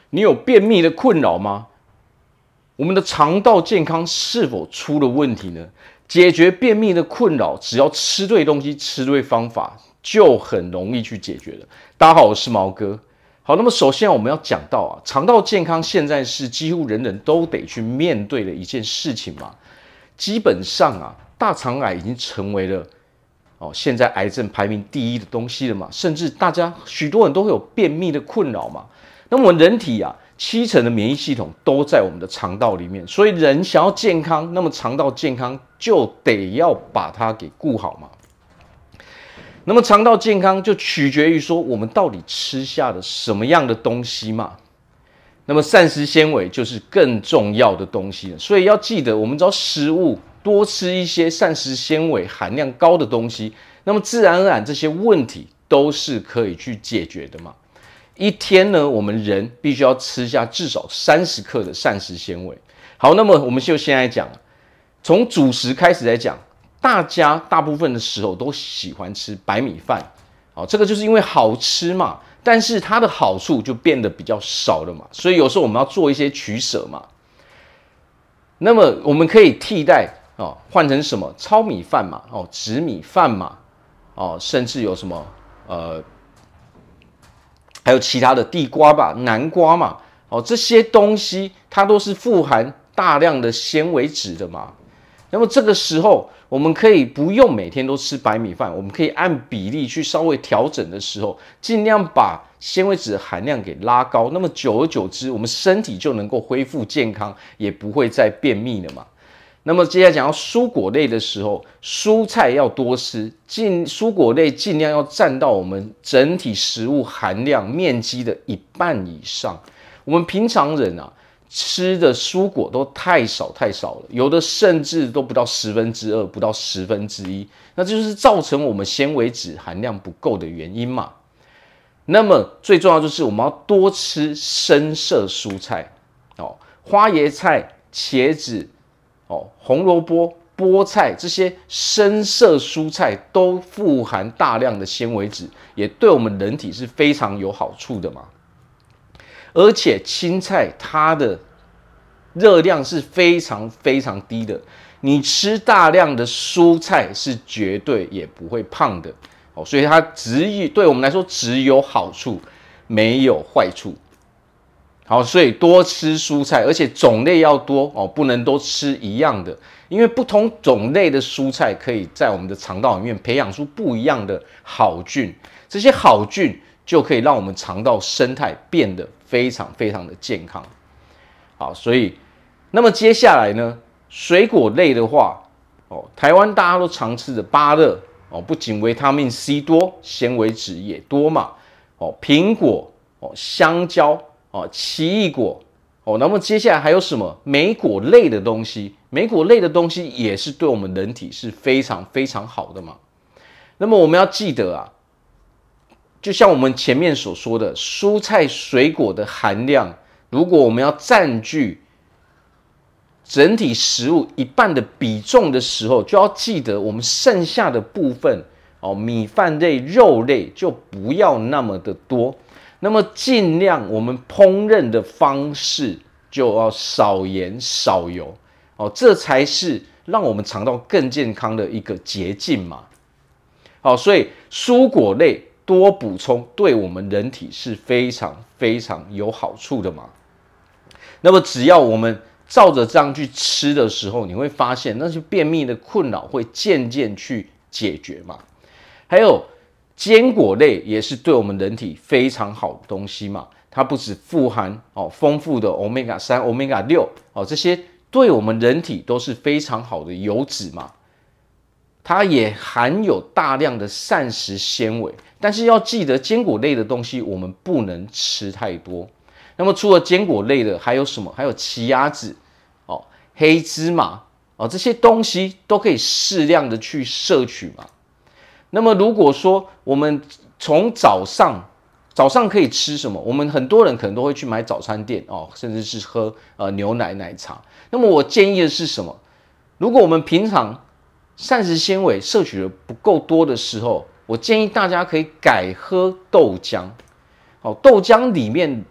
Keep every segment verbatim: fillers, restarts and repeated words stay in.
你有便秘的困扰吗？我们的肠道健康是否出了问题呢？解决便秘的困扰，只要吃对东西、吃对方法，就很容易去解决了。大家好，我是毛哥。好，那么首先我们要讲到啊，肠道健康现在是几乎人人都得去面对的一件事情嘛。基本上啊，大肠癌已经成为了哦，现在癌症排名第一的东西了嘛，甚至大家许多人都会有便秘的困扰嘛。那么我们人体啊，七成的免疫系统都在我们的肠道里面，所以人想要健康，那么肠道健康就得要把它给顾好嘛。那么肠道健康就取决于说我们到底吃下了什么样的东西嘛。那么膳食纤维就是更重要的东西了，所以要记得，我们只要食物多吃一些膳食纤维含量高的东西，那么自然而然这些问题都是可以去解决的嘛。一天呢，我们人必须要吃下至少三十克的膳食纤维。好，那么我们就先来讲，从主食开始来讲，大家大部分的时候都喜欢吃白米饭，好，这个就是因为好吃嘛，但是它的好处就变得比较少了嘛，所以有时候我们要做一些取舍嘛。那么我们可以替代哦，换成什么糙米饭嘛，哦，紫米饭嘛，哦，甚至有什么呃。还有其他的地瓜吧、南瓜嘛，哦，这些东西它都是富含大量的纤维质的嘛。那么这个时候，我们可以不用每天都吃白米饭，我们可以按比例去稍微调整的时候，尽量把纤维质的含量给拉高。那么久而久之，我们身体就能够恢复健康，也不会再便秘了嘛。那么接下来讲到蔬果类的时候，蔬菜要多吃，尽蔬果类尽量要占到我们整体食物含量面积的一半以上。我们平常人啊，吃的蔬果都太少太少了，有的甚至都不到十分之二，不到十分之一，那就是造成我们纤维质含量不够的原因嘛。那么最重要就是我们要多吃深色蔬菜，哦，花椰菜、茄子。哦，红萝卜、菠菜这些深色蔬菜都富含大量的纤维质，也对我们人体是非常有好处的嘛。而且青菜它的热量是非常非常低的，你吃大量的蔬菜是绝对也不会胖的。哦，所以它只对我们来说只有好处，没有坏处。好，所以多吃蔬菜，而且种类要多哦，不能都吃一样的，因为不同种类的蔬菜可以在我们的肠道里面培养出不一样的好菌，这些好菌就可以让我们肠道生态变得非常非常的健康。好，所以那么接下来呢，水果类的话，哦，台湾大家都常吃的芭乐哦，不仅维他命 C 多，纤维质也多嘛，哦，苹果哦，香蕉。哦，奇异果哦，那么接下来还有什么莓果类的东西？莓果类的东西也是对我们人体是非常非常好的嘛。那么我们要记得啊，就像我们前面所说的，蔬菜水果的含量，如果我们要占据整体食物一半的比重的时候，就要记得我们剩下的部分哦，米饭类、肉类就不要那么的多。那么尽量我们烹饪的方式就要少盐少油哦，这才是让我们肠道更健康的一个捷径嘛。好，所以蔬果类多补充对我们人体是非常非常有好处的嘛。那么只要我们照着这样去吃的时候，你会发现那些便秘的困扰会渐渐去解决嘛。还有坚果类也是对我们人体非常好的东西嘛，它不只富含哦丰富的 欧米伽三、欧米伽六哦，这些对我们人体都是非常好的油脂嘛。它也含有大量的膳食纤维，但是要记得坚果类的东西我们不能吃太多。那么除了坚果类的，还有什么？还有奇亚籽哦、黑芝麻哦，这些东西都可以适量的去摄取嘛。那么如果说我们从早上早上可以吃什么？我们很多人可能都会去买早餐店哦，甚至是喝呃牛奶奶茶。那么我建议的是什么？如果我们平常膳食纤维摄取的不够多的时候，我建议大家可以改喝豆浆。哦，豆浆里面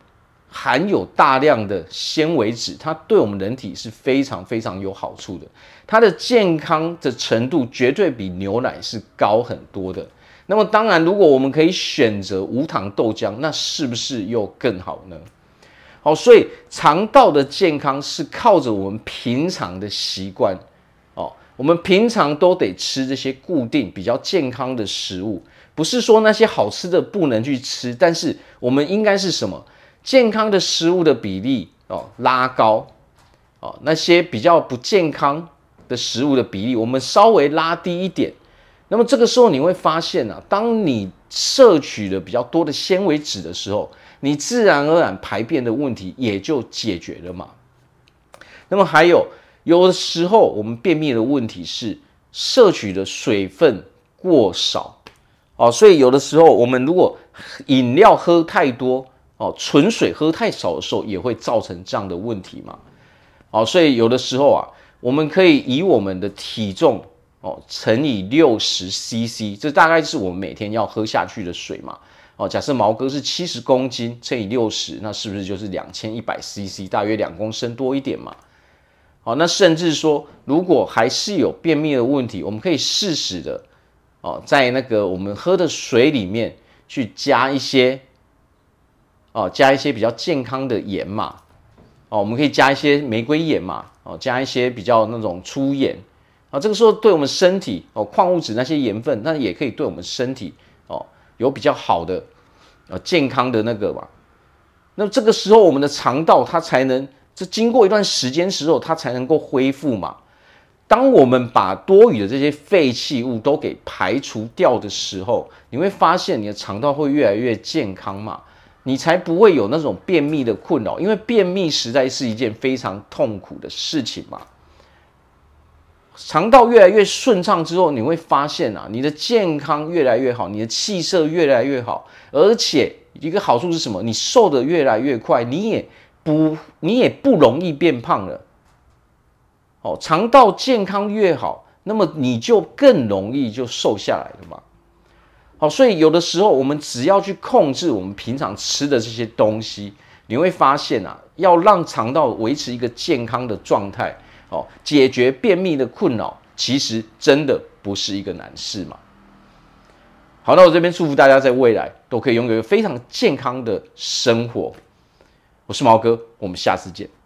含有大量的纤维质，它对我们人体是非常非常有好处的。它的健康的程度绝对比牛奶是高很多的。那么当然，如果我们可以选择无糖豆浆，那是不是又更好呢？好，所以肠道的健康是靠着我们平常的习惯哦。我们平常都得吃这些固定比较健康的食物，不是说那些好吃的不能去吃，但是我们应该是什么？健康的食物的比例哦拉高哦，那些比较不健康的食物的比例我们稍微拉低一点。那么这个时候你会发现啊，当你摄取了比较多的纤维质的时候，你自然而然排便的问题也就解决了嘛。那么还有，有的时候我们便秘的问题是摄取的水分过少哦，所以有的时候我们如果饮料喝太多哦，纯水喝太少的时候，也会造成这样的问题嘛。哦，所以有的时候啊，我们可以以我们的体重哦乘以六十 C C， 这大概是我们每天要喝下去的水嘛。哦，假设毛哥是七十公斤乘以六十，那是不是就是两千一百 C C， 大约两公升多一点嘛？好，那甚至说，如果还是有便秘的问题，我们可以适时的哦，在那个我们喝的水里面去加一些哦，加一些比较健康的盐嘛。哦，我们可以加一些玫瑰盐嘛。哦，加一些比较那种粗盐。啊，这个时候对我们身体哦，矿物质那些盐分，那也可以对我们身体哦有比较好的呃健康的那个嘛。那这个时候我们的肠道它才能，这经过一段时间时候，它才能够恢复嘛。当我们把多余的这些废弃物都给排除掉的时候，你会发现你的肠道会越来越健康嘛，你才不会有那种便秘的困扰，因为便秘实在是一件非常痛苦的事情嘛。肠道越来越顺畅之后，你会发现啊，你的健康越来越好，你的气色越来越好，而且一个好处是什么？你瘦得越来越快，你也不你也不容易变胖了。哦，肠道健康越好，那么你就更容易就瘦下来了嘛。好，所以有的时候我们只要去控制我们平常吃的这些东西，你会发现啊，要让肠道维持一个健康的状态。哦，解决便秘的困扰，其实真的不是一个难事嘛。好，那我这边祝福大家在未来都可以拥有一个非常健康的生活。我是毛哥，我们下次见。